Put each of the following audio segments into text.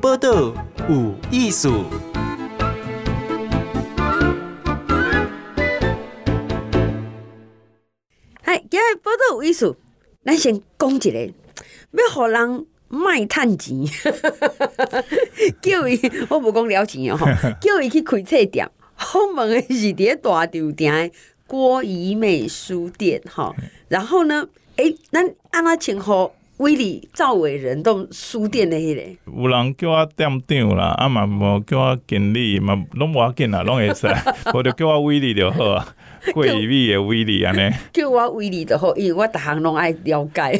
报道有艺术。 嗨，今日报道有艺术，咱先讲一个，要互人卖趁钱，叫伊我无讲了钱哦，叫伊去开册店。我问的是伫咧大稻埕的郭怡美书店哈，然后呢，咱安怎称呼威利赵伟仁栋书店的迄个？ 有人叫我店长啦，啊嘛无叫我经理，嘛拢无要紧啦，拢会使，无就叫我威利就好啊。过怡美的威利安尼， 叫我威利就好，因为我逐项拢爱了解。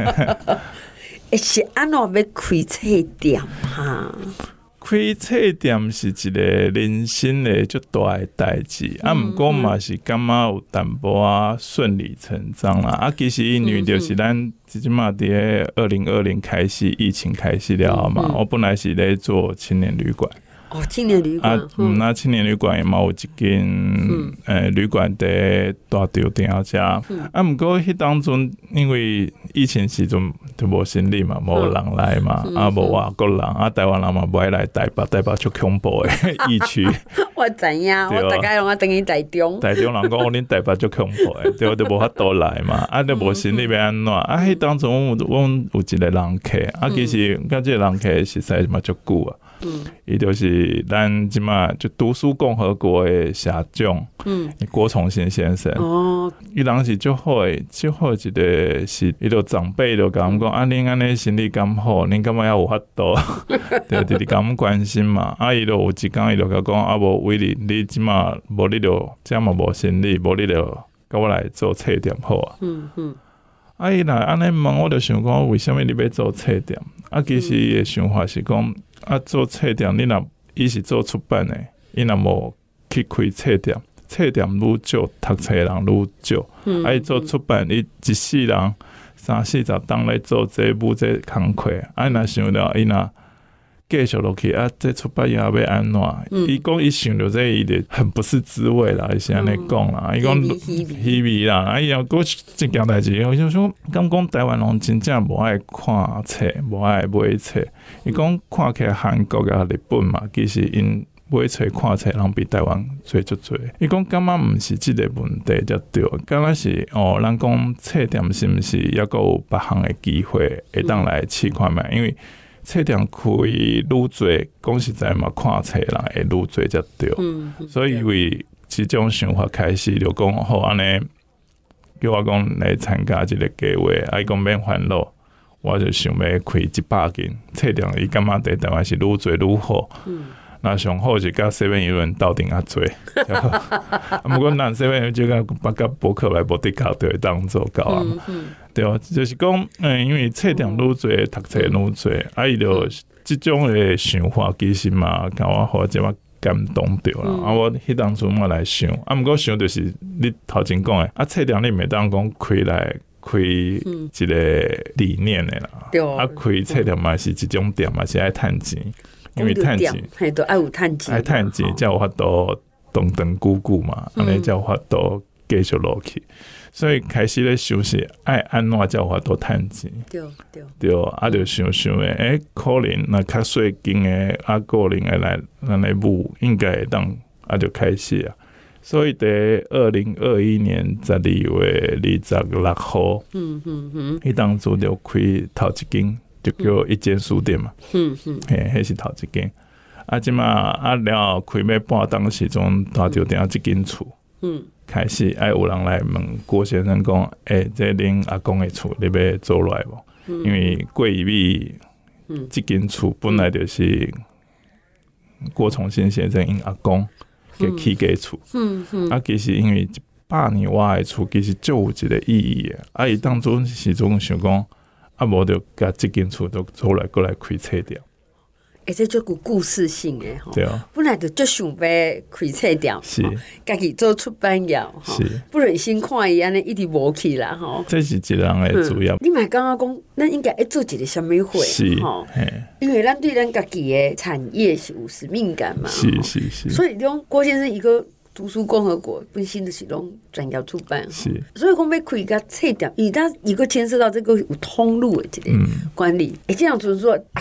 是安怎要开册店哈？ 开册店是一个人生的足大的代志，毋过嘛是感觉有淡薄顺理成章啦。其实因为就是咱即马伫咧2020开始疫情开始了后嘛，我本来是咧做青年旅馆。 青年旅馆那青年旅馆也嘛有一间旅馆伫大稻埕遮，毋过迄当阵因为疫情时阵就无生意嘛，无人来嘛，无外国人，台湾人嘛无爱来台北，台北足恐怖诶疫区。我知影，我大概拢等于台中。 台中人讲恁台北足恐怖诶，对，就无法度来嘛，就无生意要安怎？迄当阵阮有一个人客，其实甲即个人客实在嘛足久啊。伊就是咱即马就读书共和国的社长，郭崇新先生。伊人是足好诶，足好一个是，伊就长辈就甲阮讲，恁安尼心理咁好，恁感觉还有法度，对，直甲阮关心嘛。伊就有一工，伊就甲讲，无威利，你即马无你就这嘛无生意，无你就甲我来做册店好啊。伊若安尼问，我就想讲，为什么你要做册店？其实伊诶想法是讲。做册店，你若伊是做出版的，伊若无去开册店，册店愈少，读册人愈少。伊做出版，伊一世人30-40当来做这部这工课，若想了，伊若继续落去，这出版业要安怎？伊讲伊想着这伊就很不是滋味啦，伊是安尼讲啦。伊讲稀微啦，伊又讲一件代志，我就说，敢讲台湾人真正无爱看册，无爱买册。伊讲看起来韩国啊、日本嘛，其实因买册看册人比台湾多足多。伊讲感觉毋是即个问题才对，感觉是咱讲册店是毋是还阁有别项的机会会当来试看觅？因为册店开愈多，讲实在嘛，看册人会愈多才对。所以为即种想法开始，就讲好安尼，叫我讲来参加即个计划，伊讲免烦恼。我就想要开100间册店，伊感觉伫台湾是愈做愈好。那上好是甲7-11斗阵做。不过咱7-11就甲甲博客来无得搞就会当做到啊。对，就是讲，因为册店愈做，读册愈做，伊就即种的想法，其实嘛，甲我好即么感动着啦。我迄当初我来想，不过想就是你头前讲的，册店你袂当讲开来。开一个理念的啦，开册店嘛是一种店嘛是爱趁钱，因为趁钱， 都爱有趁钱， 爱趁钱才有法度长长久久嘛，安尼才有法度继续落去。所以开始咧想是爱安怎才有法度趁钱，对，就想诶，可能那较细间诶，个人诶来咱来舞应该会当就开始啊。所以在2021年12月26号，迄当初就开头一间，就叫一间书店嘛。迄是头一间。即马了开要半档时阵，大稻埕一间厝，开始有人来问郭先生讲，这恁阿公的厝你要做落来无？因为郭怡美这间厝本来就是郭崇新先生因阿公。嘅起家厝，其实因为100年外的厝，其实就有一个意义的。伊当初时阵想讲，无就甲这间厝都做来过来开册店。 这就有故事性的吼。 对啊， 本来就想要开册店， 是家己做出版业，是不忍心看伊安尼一直无去啦吼。 这是一人的主要。 你嘛刚刚讲，咱应该做一个什么会？ 是吼，因为咱对咱家己的产业是有使命感嘛。 是。 所以讲郭先生一个读书共和国本身就是拢专业出版， 是。 所以讲要开个册店，因为它一个牵涉到这个有通路的这个管理。这样就是说阿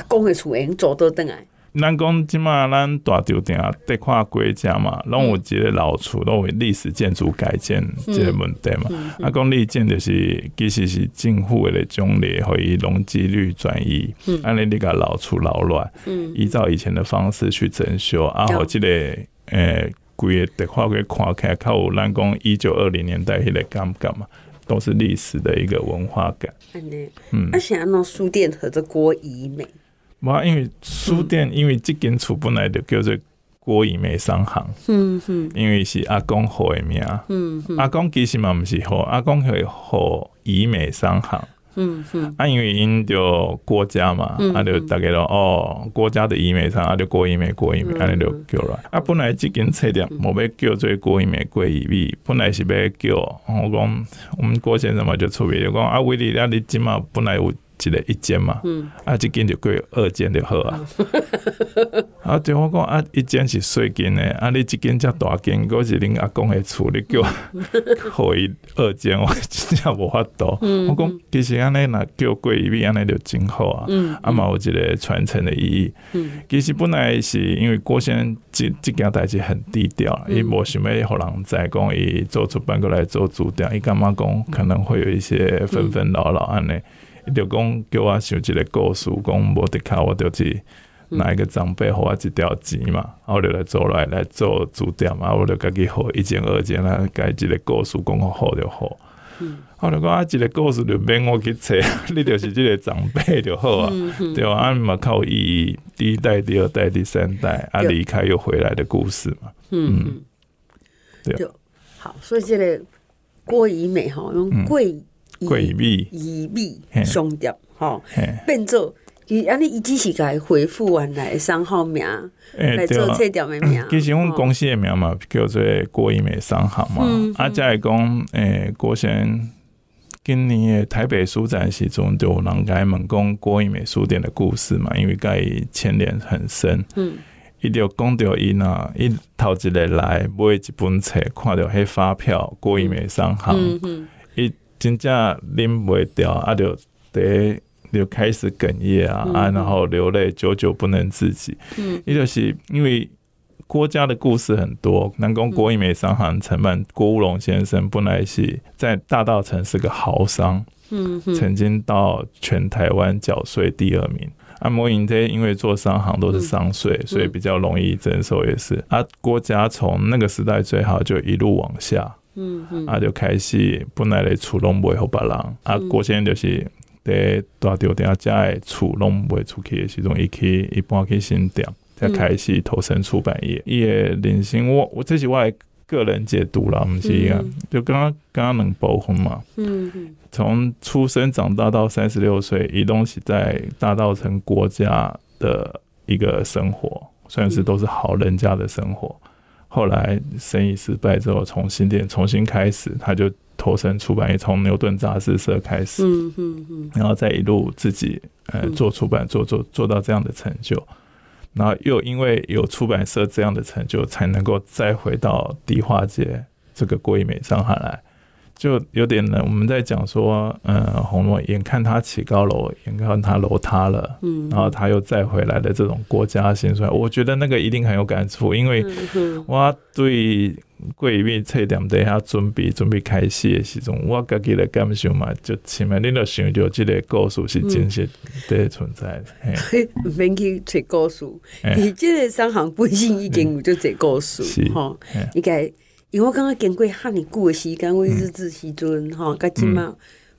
公的厝会走倒转来。 咱讲即马咱大稻埕得看国家嘛，拢有一个老厝，拢有历史建筑改建这个问题嘛。讲历建就是其实是政府的奖励，互伊容积率转移，安尼你甲老厝老乱，依照以前的方式去整修，互即个规个德化给看起来，较有咱讲1920年代迄个感觉嘛，都是历史的一个文化感。 而且那书店和这郭怡美。 无，因为书店，因为这间厝本来就叫做郭怡美商行，因为是阿公号的名，阿公其实嘛不是号，阿公是号怡美商行，因为因就郭家嘛，就大家都郭家的怡美商，就郭怡美，安尼就叫了。本来这间册店无要叫做郭怡美、郭怡美，本来是要叫，我讲我们郭先生嘛就出名，就讲威利你即马本来有一间嘛，一间就叫2间就好啊。对我讲1间是细间的，你这间遮大间，嗰是恁阿公的厝，你叫互伊2间，我真正无法度。我讲其实安尼若叫过一笔，安尼就真好啊，嘛有一个传承的意义。其实本来是因为郭先生这件代志很低调，伊无想要互人知讲伊做出版过来做主调，伊感觉讲可能会有一些纷纷扰扰安尼。伊就讲叫我想一个故事，讲无得靠，我就去哪一个长辈互我一条钱嘛，我就来做主点嘛，我就家己互1间2间啦，家一个故事讲好就好。我就讲一个故事就免我去找，你就是这个长辈就好啊，对吧？嘛靠意义，第1代、第2代、第3代离开又回来的故事嘛。对。 好，所以这个郭怡美哈用桂米商店吼，变做安尼，伊只是甲回复原来的商号名来做册店的名。 其实阮公司的名嘛叫做郭怡美商行嘛，才会讲郭先生今年的台北书展时阵，就有人甲伊问讲郭怡美书店的故事嘛，因为甲伊牵连很深。伊就讲到伊呐，伊头一个来买一本册，看到迄发票郭怡美商行，伊真正啉袂掉，就开始哽咽然后流泪，久久不能自己。就是因为郭家的故事很多，南宫郭怡美商行承办郭务龙先生本来是在大稻埕是个豪商，曾经到全台湾缴税第2名。摩影这因为做商行都是商税，所以比较容易征收也是。郭家从那个时代最好就一路往下。就开始本来的厝拢卖互别人，郭先生就是在大稻埕遮的厝拢卖出去的时阵，伊搬去新店，才开始投身出版业。伊的人生，我这是我的个人解读啦，不是就刚刚2部分嘛。从出生长大到36岁，伊拢是在大稻埕郭家的一个生活，算是都是好人家的生活。后来生意失败之后，从新店重新开始，他就投身出版业，从牛顿杂志社开始，然后再一路自己做出版，做到这样的成就，然后又因为有出版社这样的成就，才能够再回到迪化街这个郭怡美商行来。就有点呢，我们在讲说，红楼眼看他起高楼，眼看他楼塌了，然后他又再回来的这种郭家兴衰，我觉得那个一定很有感触，因为我对郭怡美册店底下准备开始的时阵，我自己的感受嘛，就前面你就想到这个故事是真实的存在的， 不免去找故事，你这个商行本身已经有就这故事，哈，应该。因为我刚刚经过遐尼久的时间，我日治时阵吼，甲即马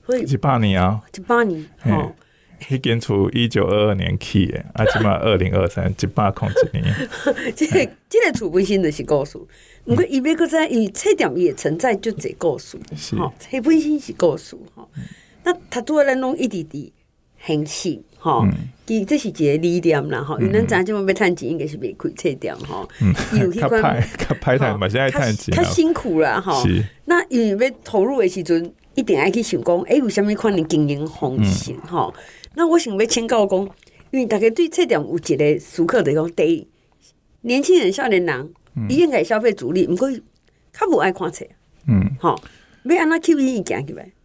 18年啊 ，18年吼， 迄间厝1922年起的，即马2023 1801年。 这个厝本身就是故事，不过伊要搁再伊册店伊也存在就这故事，吼，册本身是故事吼。那他拄仔咱拢一直伫兴起吼。这是一个理念啦，吼，因为咱知影要趁钱，应该是袂开册店吼。有迄款较歹趁嘛，现在趁钱， 较辛苦啦，吼。那因为要投入的时阵，一定爱去想讲，有啥物款的经营方式吼。那我想要请教讲，因为大家对册店有一个思考，就是讲，第一，年轻人、少年人，伊应该消费主力，不过较无爱看册，吼，要安怎吸引伊行起来？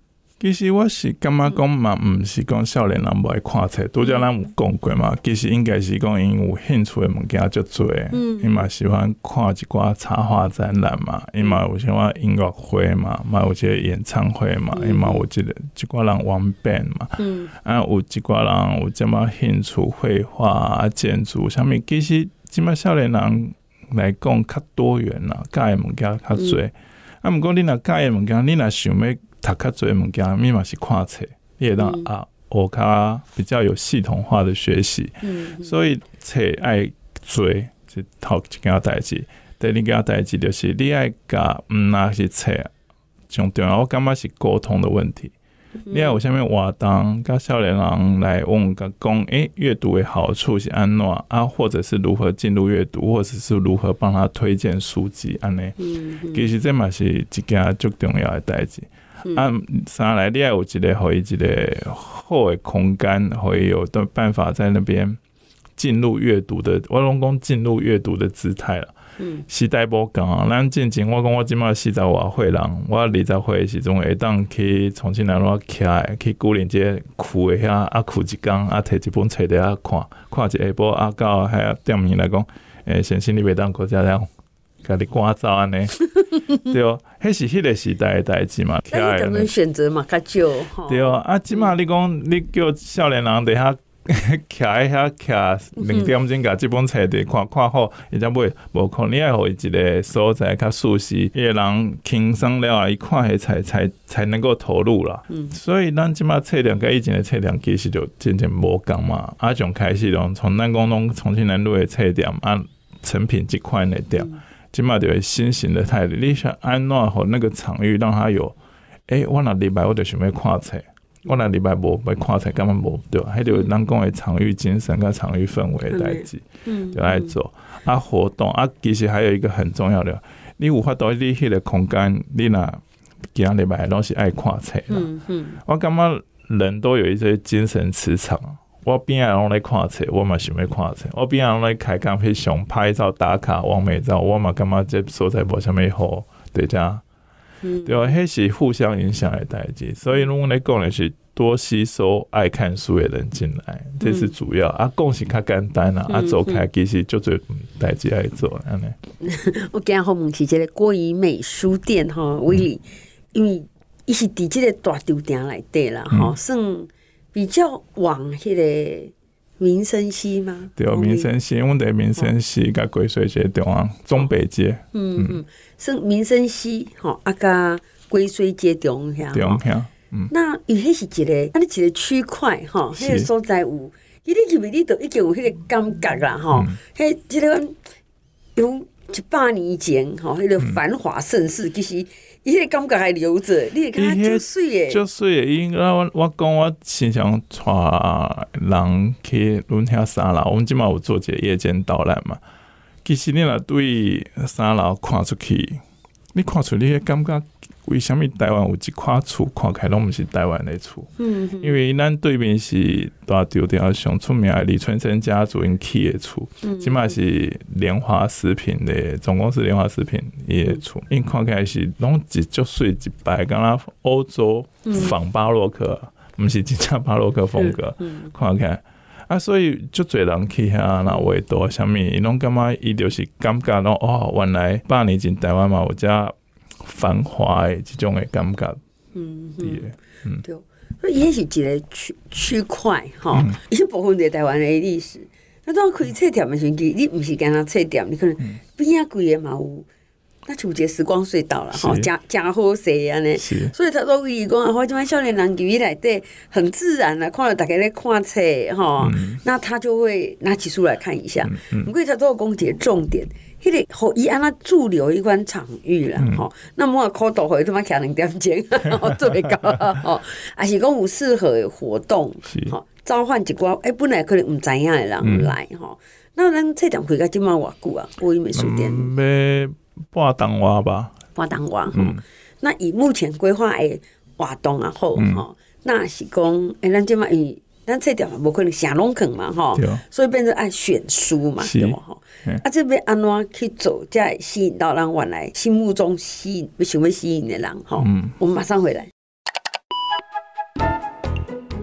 其实我是感觉讲嘛，毋是讲少年人无爱看册，拄则咱有讲过嘛。其实应该是讲因有兴趣的物件足多，伊嘛喜欢看一寡插画展览嘛，伊嘛有像我音乐会嘛，嘛有一个演唱会嘛，伊嘛有一寡人玩 band 嘛，有一寡人有这么兴趣绘画啊、建筑啥物。其实即摆少年人来讲较多元啦，喜欢的物件较多。毋过你若喜欢的物件，你若想要读较侪物件，你嘛是看册，你会当学较比较有系统化的学习。所以册爱做是头一件代志，第二件代志就是你爱甲若是册，上重要我感觉是沟通的问题。你爱有啥物活动，甲少年人来问甲讲，阅读的好处是安怎啊，或者是如何进入阅读，或者是如何帮他推荐书籍安尼。其实这嘛是一件最重要的代志。三来，你要有一个互伊一个好的空间，互伊有的办法在那边进入阅读的，我拢讲进入阅读的姿态啦。时代无共啊，咱进前我讲我即马40外岁人，我20岁的时阵会当去重庆南路徛来去牯岭街库的遐库一工摕一本册伫遐看一下晡到遐店面来讲，先生你袂当搁遮样。甲你赶走安尼，对，迄是迄个时代的代志嘛。 但是人选择嘛较少， 对啊。即马你讲，你叫少年人伫遐徛喺遐徛2点钟，甲即本册伫看好，伊才买无可能。你爱互伊一个所在较舒适，伊个人轻松了，伊看迄才能够投入啦。所以咱即马册量甲以前的册量其实就渐渐无共嘛。从开始从咱讲拢重庆南路的册店成品这块那店。即马就新型的态度，你想安怎互那个场域让他有，我若礼拜我就想要看册，我若礼拜无要看册，根本无对吧？迄就咱讲的场域精神跟场域氛围的代志，就来做活动其实还有一个很重要的，你有法度你迄个空间，你若其他礼拜拢是爱看册啦。我感觉人都有一些精神磁场。我边仔拢咧看册，我嘛想要看册。我边仔拢咧开讲去上拍照打卡、完美照，我嘛感觉这所在无啥物好，对遮。对啊，迄是互相影响的代志。所以阮咧讲的是多吸收爱看书的人进来，这是主要。讲是较简单做起来其实就做代志爱做安尼。 我今日好问是这个国语美书店哈，威利，因为伊是伫这个大酒店内底啦，算。比较往迄个民生西吗？对， 民生西，阮伫民生西甲龟水街中央中北街。 算民生西甲龟水街中遐。那伊迄是一个，你一个区块迄个所在有，你入去你就已经有迄个感觉啦迄即个有100年前迄个繁华盛世，其实。伊个感觉还留着，你会看足水诶， 足水诶。因我讲我经常带人去阮遐3楼，阮即马有做一个夜间导览嘛。其实你若对3楼看出去，你看出你个感觉，为什么台湾有一块厝看起来拢毋是台湾的厝？因为咱对面是大酒店上出名的李春生家族因起的厝，即马是联华食品的总公司联华食品伊的厝，因看起来是拢一足水一排，敢若欧洲仿巴洛克，毋是真正巴洛克风格，看起来。所以足侪人去遐，那画图啥物，伊拢感觉伊就是感觉拢原来100年前台湾嘛有遮繁华的这种的感觉。 对，所以伊是一个区块伊是部分在台湾的历史。那当开册店的时候，你毋是干那册店，你可能边仔规个嘛有。那就有一个时光隧道了真好势安尼，所以他都伊讲我即摆少年人入去内底很自然的看到大家咧看册那他就会拿起书来看一下。不过他都有讲一个重点，迄个互伊安那驻留一款场域啦那么苦度互伊他妈徛2点钟做袂到还是讲有适合的活动召唤一寡本来可能毋知影的人来那咱册店开到即摆偌久啊？国语美术店半当外吧， 那以目前规划的活动好那是讲咱即马咱册店嘛无可能啥拢肯嘛所以变成爱选书嘛，对无这边安怎去做，才会吸引到咱原来心目中想要吸引的人我们马上回来。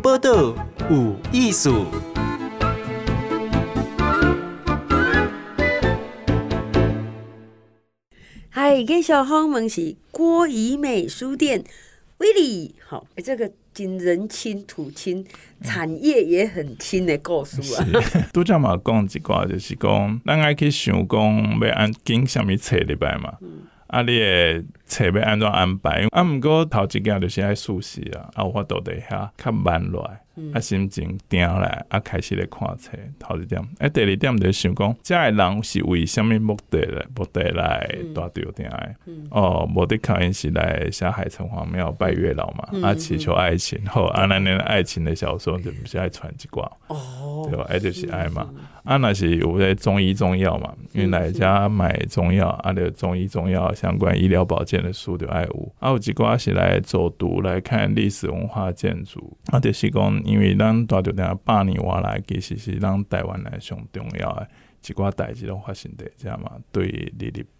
报道有艺术。 嗨，给小访问是郭怡美书店威利，好，这个真人亲土亲，产业也很亲的故事啊。 拄则嘛讲一寡，就是讲，咱爱去想讲要按紧什么册礼拜嘛。啊，你的册要安怎安排？啊，毋过头一件就是爱熟悉啊，有法度伫遐较慢落来，啊，心情定来，啊，开始来看册。头一点，第二点就是想讲，遮个人是为什么目的来大钓定的？目的可能是来下海城隍庙拜月老嘛，啊，祈求爱情。好，啊，咱的爱情的小说就不是爱传一寡，对吧？就是爱嘛。啊，那是有在中医中药嘛，因为来家买中药，啊，就中医中药相关医疗保健的书就爱有。啊，有一寡是来走读来看历史文化建筑，啊，就是讲，因为咱大钓定100年外来，其实是咱台湾来上重要的一寡代志拢发生在遮嘛。对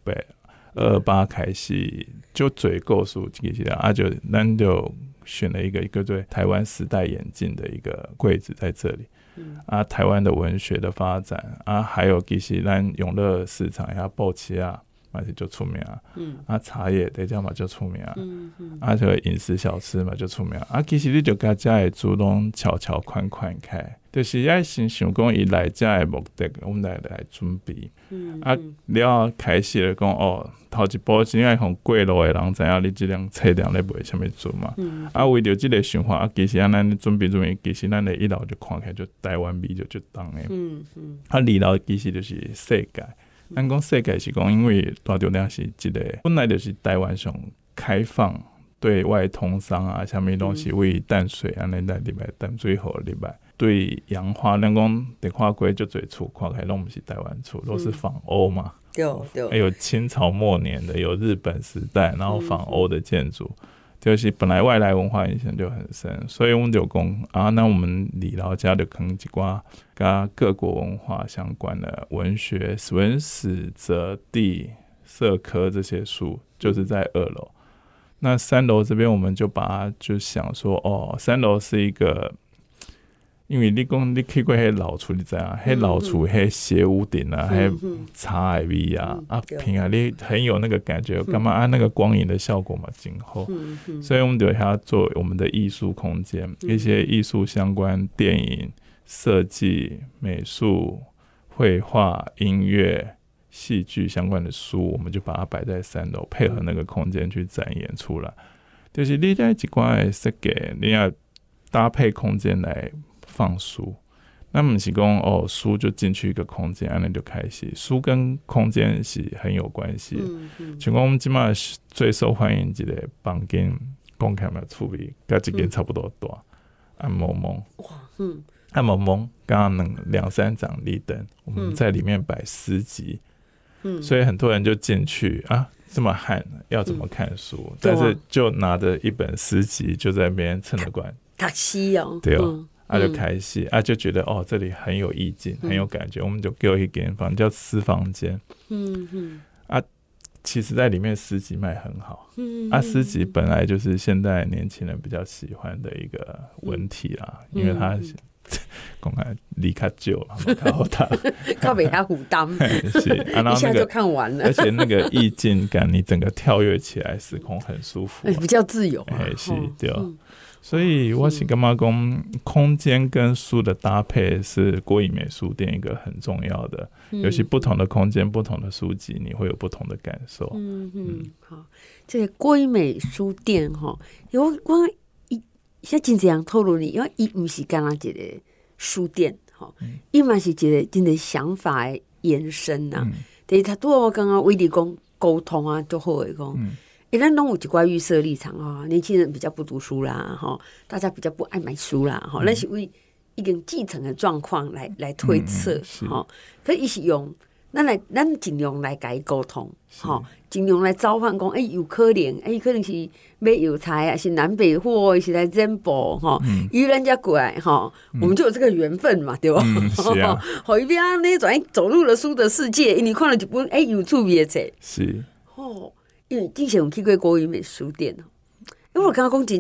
228开始就最故事其实啊，就咱就选了一个叫做台湾时代眼镜的一个柜子在这里。啊，台湾的文学的发展啊，还有其实咱永乐市场遐布市啊，嘛是就出名啊。啊，茶叶在遮嘛就出名啊。啊，这个饮食小吃嘛就出名啊。其实你就甲遮的主动悄悄款款开，就是要先想讲伊来遮的目的，我们来准备。啊，了开始了讲哦，头一步是爱互过路的人知影你即辆车辆咧卖啥物船嘛。啊，为着即个想法，啊，其实咱准备，其实咱的一楼就看起来就台湾味就重诶。啊，二楼其实就是世界。咱讲世界是讲，因为大钓店是一个本来就是台湾上开放对外通商啊，啥物拢是为淡水安尼来入来，淡水河入来。对洋花，咱讲得看过就最厝，看起来拢不是台湾厝，都是仿欧嘛。 对， 有清朝末年的，有日本时代，然后仿欧的建筑，就是本来外来文化影响就很深，所以我们就讲啊，那我们李老家就坑一寡跟各国文化相关的文学、文史哲地社科这些书，就是在2楼。那3楼这边我们就把它就想说，哦，3楼是一个。因为你讲你去过迄老厝，你知影？迄老厝迄斜屋顶啊，迄茶海味啊，平啊，你很有那个感觉，干嘛啊？那个光影的效果嘛，真好。所以我们就要做我们的艺术空间，一些艺术相关电影、设计、美术、绘画、音乐、戏剧相关的书，我们就把它摆在3楼，配合那个空间去展演出来。就是你在一寡的设计，你要搭配空间来。放书，那不是讲哦，书就进去一个空间，安尼就开始。书跟空间是很有关系的。像讲我们今麦最受欢迎一个房间，讲起来厝边，跟这间差不多大。按蒙蒙，按蒙蒙，刚刚2-3盏立灯，我们在里面摆诗集，所以很多人就进去啊。这么旱，要怎么看书？但是就拿着一本诗集，就在那边蹭着管读诗哦， 对哦。就开戏就觉得哦，这里很有意境，很有感觉，我们就给我一间房叫私房间。其实在里面诗集卖很好。诗集本来就是现代年轻人比较喜欢的一个文体啦，因为它讲来离较久了，较好读， 较袂遐负担， 是一下就看完了。 而且那个意境感，你整个跳跃起来，时空很舒服， 比较自由。 是对。所以我是感觉讲空间跟书的搭配是郭怡美书店一个很重要的，尤其不同的空间、不同的书籍，你会有不同的感受。 好，这个郭怡美书店哈，我现在真这样透露你，因为伊不是干那一个书店哈，伊嘛是一个真的想法的延伸呐。但是他对我刚刚威力讲沟通啊，就好的讲。咱拢有一寡预设立场哈，年轻人比较不读书啦，哈，大家比较不爱买书啦，哈，那是为一个继承的状况来推测，哈。可伊是用咱尽量来甲伊沟通，哈，尽量来召唤讲，有可能，可能是买药材啊，是南北货，是来占卜，哈，与人家过来，哈，我们就有这个缘分嘛，对吧？ 是啊， 好一边那转走入了书的世界，你看了一本有趣味的册， 是哦。因为之前有去过郭怡美书店，因为我刚刚讲真正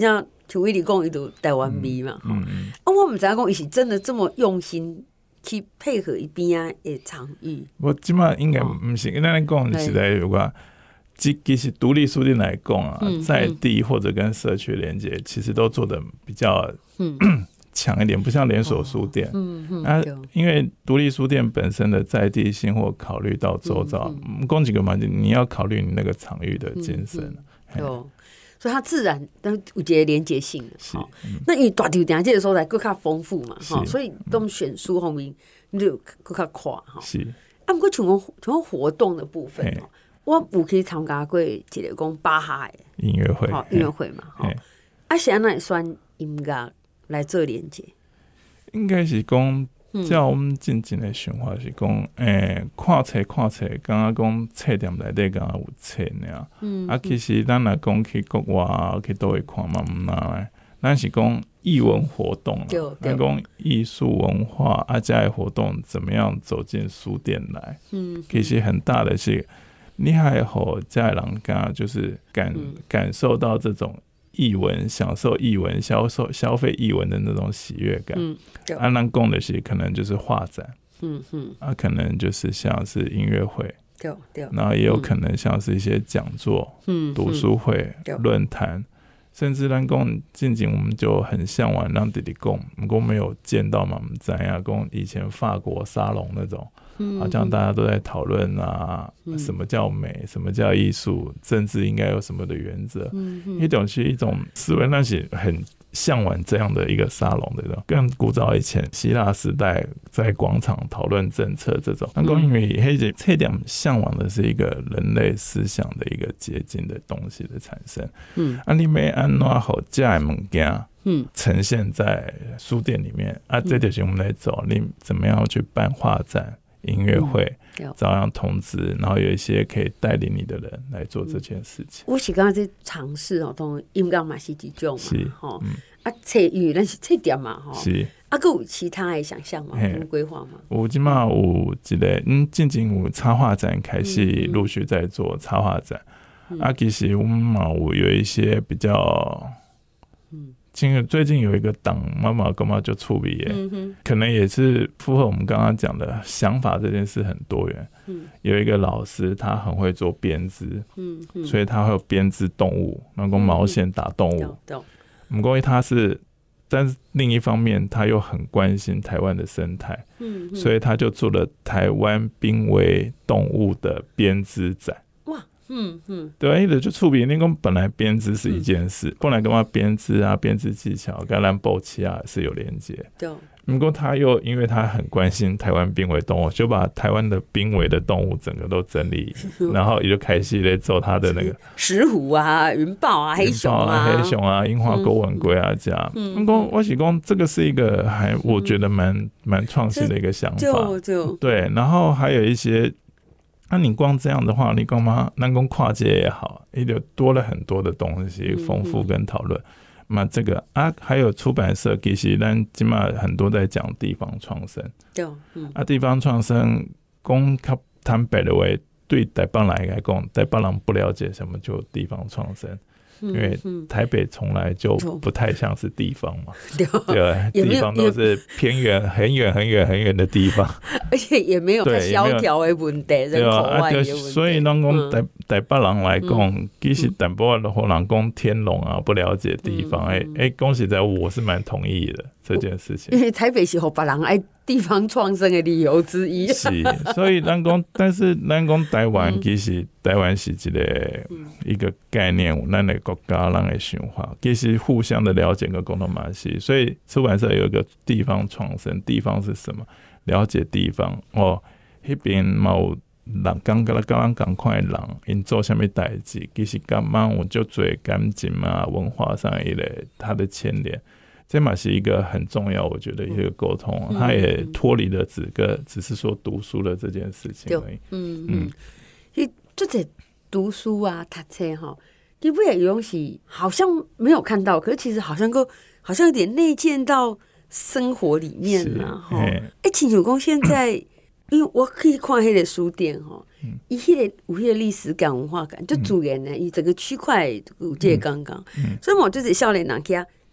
像威利讲，伊就台湾味嘛，我唔知影讲伊是真的这么用心去配合一边啊的场域。 我即马应该唔是，咱讲是在有个。其实独立书店来讲啊，在地或者跟社区连接，其实都做得比较强一点，不像连锁书店。因为独立书店本身的在地性或考虑到周遭，讲几个嘛，你要考虑你那个场域的精神。 所以它自然有一个连结性的。那因为大场店这个所在更较丰富嘛，所以都选书方面你就更较快哈。是。不过像活动的部分我有去参加过一个讲巴哈的音乐会嘛，是安怎选音乐来做连接？ 应该是讲，照我们真正的想法是讲，看册，刚刚讲册店内底刚刚有册尔，其实咱来讲去国外去倒位看嘛，唔拿来，咱是讲艺文活动，咱讲艺术文化这样的活动怎么样走进书店来？其实很大的是。你还好，在人家就是感受到这种艺文，享受艺文，消费艺文的那种喜悦感。安南讲的是可能就是画展，可能就是像是音乐会，然后也有可能像是一些讲座、读书会、论坛，甚至咱讲近景我们就很向往让弟弟讲，不过没有见到嘛，我们知道讲以前法国沙龙那种。好像大家都在讨论啊，什么叫美，什么叫艺术，政治应该有什么的原则，一种是一种思维，那是很向往这样的一个沙龙的，更古早以前希腊时代在广场讨论政策这种，那因为这点向往的是一个人类思想的一个结晶的东西的产生。你要安怎好这样的物件呈现在书店里面这就是我们来走，你怎么样去办画展？音乐会照样通知，然后有一些可以带领你的人来做这件事情。 我是刚刚在尝试当音乐嘛是一种嘛，册语那是册店嘛，是还有其他的想象吗？有规划吗？ 有现在有一个近景有插画展开始陆续在做插画展，其实我们有一些比较。最近有一个党妈妈干嘛就出笔耶，可能也是符合我们刚刚讲的想法，这件事很多元。有一个老师他很会做编织，所以他会有编织动物，然后毛线打动物。不过但是另一方面他又很关心台湾的生态，所以他就做了台湾濒危动物的编织展。对，就触笔，那个本来编织是一件事，后来跟他编织编织技巧跟咱报期是有连接。对，不过他又因为他很关心台湾濒危动物，就把台湾的濒危的动物整个都整理，然后也就开始来做他的那个石虎云豹黑熊樱花钩吻龟这样。我是说这个是一个我觉得蛮创新的一个想法。对，然后还有一些。你光这样的话，你干嘛？咱讲跨界也好，也就多了很多的东西，丰富跟讨论。那这个还有出版社，其实咱今嘛很多在讲地方创生。地方创生，讲较坦白的话，对台北人来讲，台北人不了解什么叫地方创生。因为台北从来就不太像是地方嘛，对，地方都是偏远、很远、很远、很远的地方， 而且也没有萧条的问题，人口外的问题。 所以咱讲台北人来讲，其实淡薄的人讲天龙不了解地方，讲实在我是蛮同意的这件事情。 因为台北是给别人爱地方创生的理由之一。 是，所以咱讲，但是咱讲台湾其实台湾是一个概念，有咱的国家人的想法，其实互相的了解跟沟通蛮细。所以出版社有一个地方创生，地方是什么？了解地方那边有人跟咱同款的人，因做什么代志，其实感觉有就最感情文化上他的牵连。这嘛是一个很重要，我觉得一个沟通，它也脱离了只是说读书的这件事情而已。 就这读书读册基本有东西好像没有看到，可是其实好像有点内建到生活里面啦。亲像讲现在，因为我可以看那个书店伊有那个历史感、文化感，就主要呢，伊整个区块有这个刚刚，所以我就是少年人去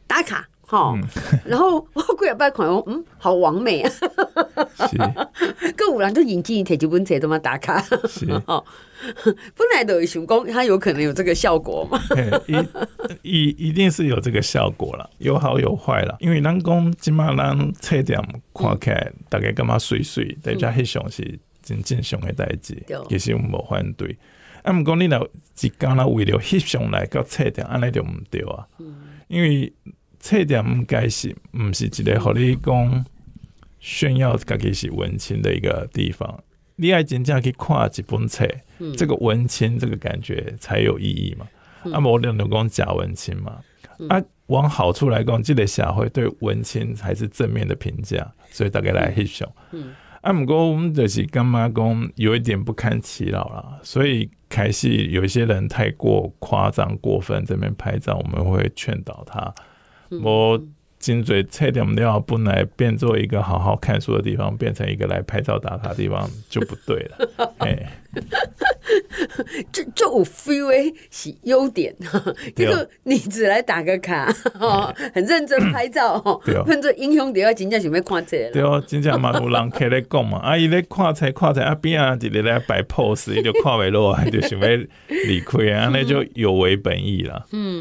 打卡。然后我几日摆看讲，好完美啊！佮有人就引进摕一本册，他妈打卡。本来就会想讲，它有可能有这个效果嘛？ 一定是有这个效果啦，有好有坏啦。因为咱讲即马咱册店看起来，大家感觉水水，大家迄种是真正常的代志，其实我们无反对。毋过你若一工啦为了翕相来到册店，安尼就毋对啊。因为册店毋该是毋是一个互你讲炫耀家己是文青的一个地方，你爱真正去看一本册，这个文青这个感觉才有意义嘛。无人就讲假文青嘛。往好处来讲，这个社会对文青还是正面的评价，所以大家来翕相。不过我们就是感觉讲有一点不堪其扰啦，所以开始有一些人太过夸张过分这边拍照，我们会劝导他。我真侪册店了，本来变做一个好好看书的地方，变成一个来拍照打卡的地方，就不对了。 就有 feel 的是优点，这个你只来打个卡，很认真拍照，变做影响到真正想要看册了。 对哦，真正嘛有人客咧讲嘛，伊咧看册边啊一直咧摆 pose， 伊就看袂落来，就想要离开啊，安尼就有违本意啦。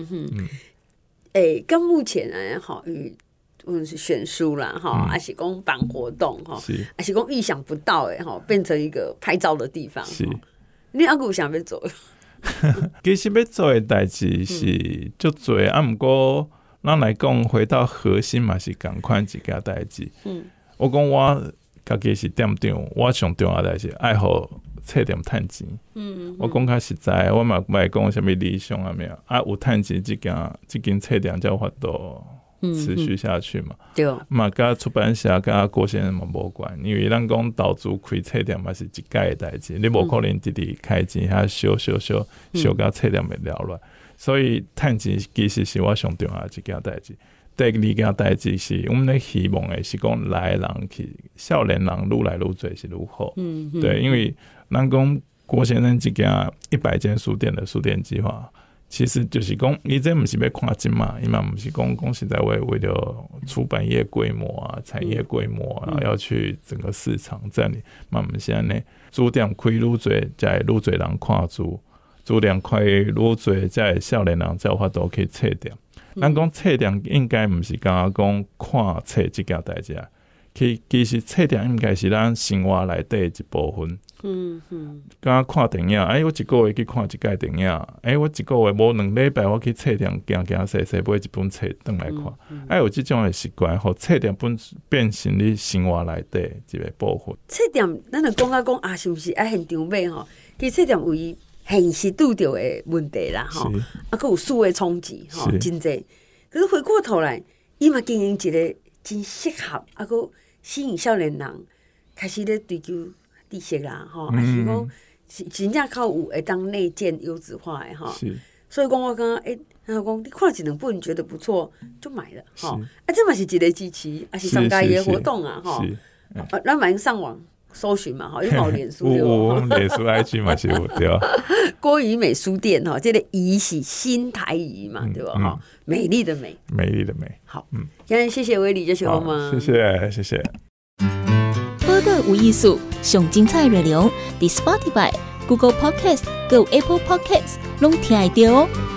跟目前无论是选书啦，还是讲办活动，还是讲意想不到变成一个拍照的地方。你还有想要做？ 其实要做的代志是足多，不过咱来讲回到核心嘛是同款一件代志。我讲我家己是店长，我上重要的代志爱互册店趁钱。我讲较实在，我嘛袂讲什么理想啊没有有趁钱这间册店才有法度持续下去嘛。对，嘛甲出版社甲郭先生嘛无关，因为咱讲投资开册店嘛是一届的代志，你无可能直直开钱遐烧到册店袂了乱。所以趁钱其实是我上重要的一件代志。第二件代志是，我们咧希望的是讲来的人去，少年人愈来愈多是愈好。对，因为咱讲郭先生这件100间书店的书店计划，其实就是讲，伊这不是要看钱嘛，伊嘛不是讲实在为了出版业规模啊、产业规模啊，然后要去整个市场占领，嘛不是安尼。书店开愈多，才会愈多人看书，书店开愈多，才会少年人才有法度去册店。咱讲册店应该不是刚讲看册这件代志啊，其实册店应该是咱生活内底一部分。刚看电影，我一个月去看一届电影，我一个月无2礼拜，我去册店行细买一本册回来看。有这种的习惯，互册店变成你生活内底一个部分。 册店，咱就讲是不是爱现场买吼？其实册店有伊现实拄到的问题啦，还有数位冲击，真济。可是回过头来，伊嘛经营一个真适合，还有吸引少年人开始咧追求知识啦，还是讲真正较有会当内建优质化的所以讲我刚刚然后讲你看了1-2本觉得不错就买了这嘛是一个支持，还是商家的活动啊咱嘛上网搜寻嘛，因为有脸书对吧？ 脸书 IG 嘛是有对。 郭怡美书店这个怡是新台怡嘛，对吧？美丽的美， 美丽的美。 好，今天谢谢威利，谢谢我们， 谢谢。 报道有艺术，上精彩内容，伫 Spotify、Google Podcast、Go Apple Podcasts 拢听得到哦。